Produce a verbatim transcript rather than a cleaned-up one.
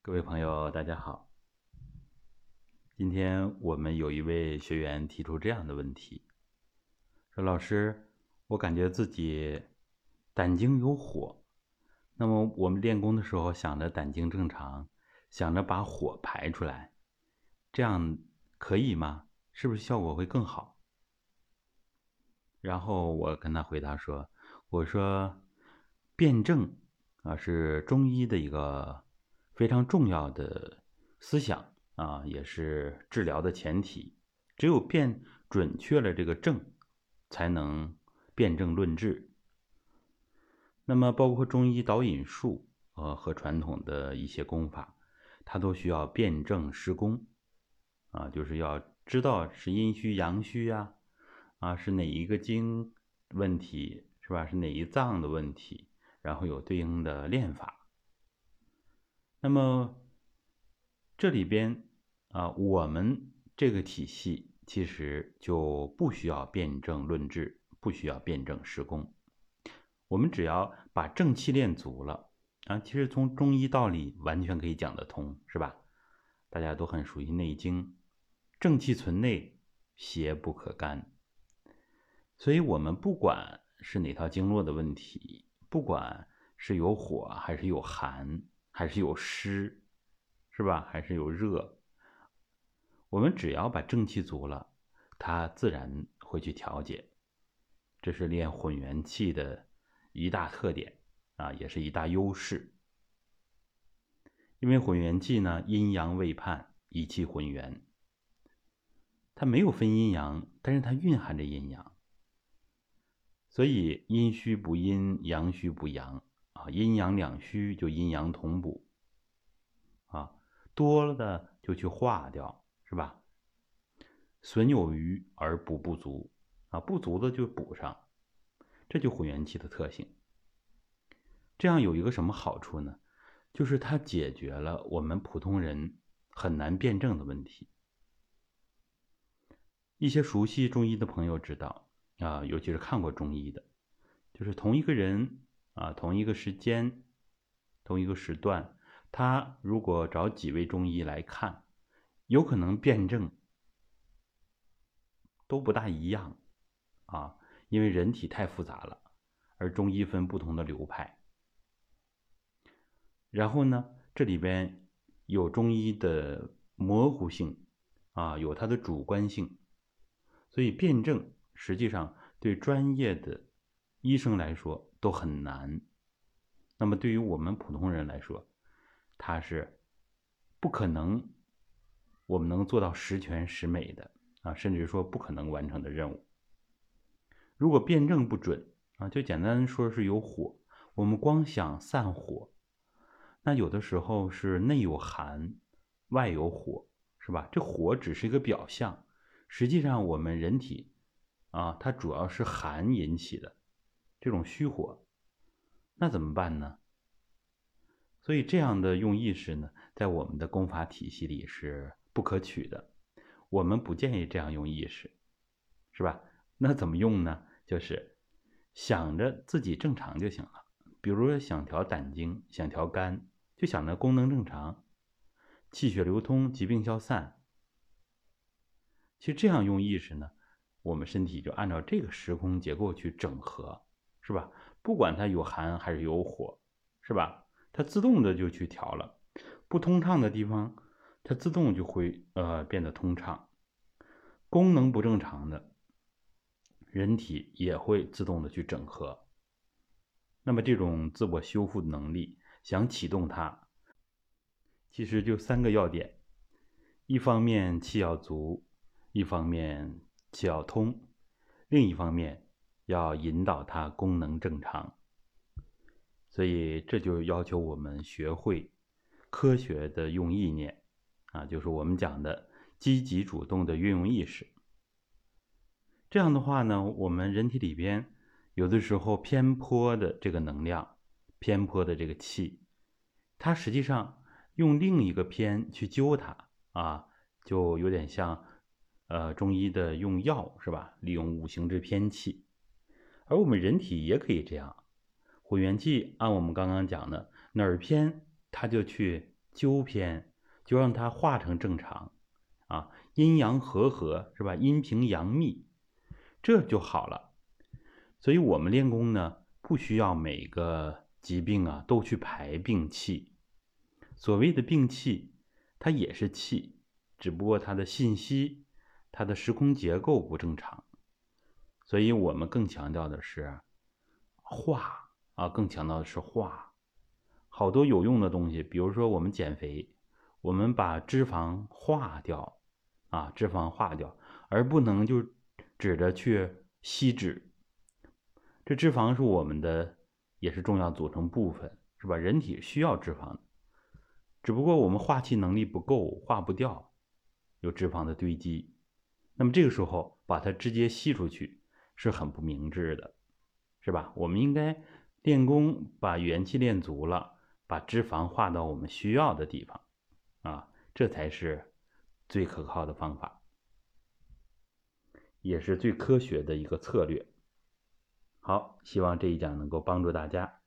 各位朋友，大家好。今天我们有一位学员提出这样的问题，说：老师，我感觉自己胆经有火，那么我们练功的时候想着胆经正常，想着把火排出来，这样可以吗？是不是效果会更好？然后我跟他回答说，我说辩证啊是中医的一个非常重要的思想啊，也是治疗的前提。只有辩准确了这个证，才能辩证论治。那么包括中医导引术呃和传统的一些功法，它都需要辩证施工啊，就是要知道是阴虚阳虚呀，啊是哪一个经问题，是吧？是哪一脏的问题，然后有对应的练法。那么这里边啊，我们这个体系其实就不需要辩证论治，不需要辩证施工，我们只要把正气练足了啊，其实从中医道理完全可以讲得通，是吧？大家都很熟悉《内经》，正气存内，邪不可干。所以我们不管是哪条经络的问题，不管是有火还是有寒，还是有湿，是吧？还是有热，我们只要把正气足了，它自然会去调节。这是练混元气的一大特点啊，也是一大优势。因为混元气呢，阴阳未判，一气混元，它没有分阴阳，但是它蕴含着阴阳。所以阴虚不阴，阳虚不阳啊，阴阳两虚就阴阳同补啊，多了的就去化掉，是吧？损有余而补不足啊，不足的就补上，这就混元气的特性。这样有一个什么好处呢？就是它解决了我们普通人很难辩证的问题。一些熟悉中医的朋友知道啊，尤其是看过中医的，就是同一个人啊，同一个时间，同一个时段，他如果找几位中医来看，有可能辩证都不大一样啊，因为人体太复杂了，而中医分不同的流派。然后呢，这里边有中医的模糊性啊，有它的主观性，所以辩证实际上对专业的医生来说都很难。那么对于我们普通人来说，它是不可能我们能做到十全十美的啊，甚至说不可能完成的任务。如果辩证不准啊，就简单说是有火，我们光想散火，那有的时候是内有寒，外有火，是吧？这火只是一个表象，实际上我们人体啊，它主要是寒引起的这种虚火，那怎么办呢？所以这样的用意识呢，在我们的功法体系里是不可取的，我们不建议这样用意识，是吧？那怎么用呢？就是想着自己正常就行了。比如说想调胆经，想调肝，就想着功能正常，气血流通，疾病消散。其实这样用意识呢，我们身体就按照这个时空结构去整合，是吧？不管它有寒还是有火，是吧？它自动的就去调了。不通畅的地方，它自动就会呃变得通畅。功能不正常的人体也会自动的去整合。那么这种自我修复的能力，想启动它，其实就三个要点：一方面气要足，一方面气要通，另一方面要引导它功能正常。所以这就要求我们学会科学的用意念啊，就是我们讲的积极主动的运用意识。这样的话呢，我们人体里边有的时候偏颇的这个能量，偏颇的这个气，它实际上用另一个偏去揪它啊，就有点像呃中医的用药是吧？利用五行之偏气，而我们人体也可以这样。混元气按我们刚刚讲的哪儿偏，它就去纠偏，就让它化成正常啊，阴阳和合是吧？阴平阳密，这就好了。所以我们练功呢，不需要每个疾病啊都去排病气。所谓的病气，它也是气，只不过它的信息、它的时空结构不正常。所以我们更强调的是化啊，更强调的是化。好多有用的东西，比如说我们减肥，我们把脂肪化掉啊，脂肪化掉，而不能就指着去吸脂。这脂肪是我们的，也是重要组成部分，是吧？人体需要脂肪的，只不过我们化气能力不够，化不掉，有脂肪的堆积。那么这个时候把它直接吸出去是很不明智的，是吧？我们应该练功，把元气练足了，把脂肪化到我们需要的地方啊，这才是最可靠的方法，也是最科学的一个策略。好，希望这一讲能够帮助大家。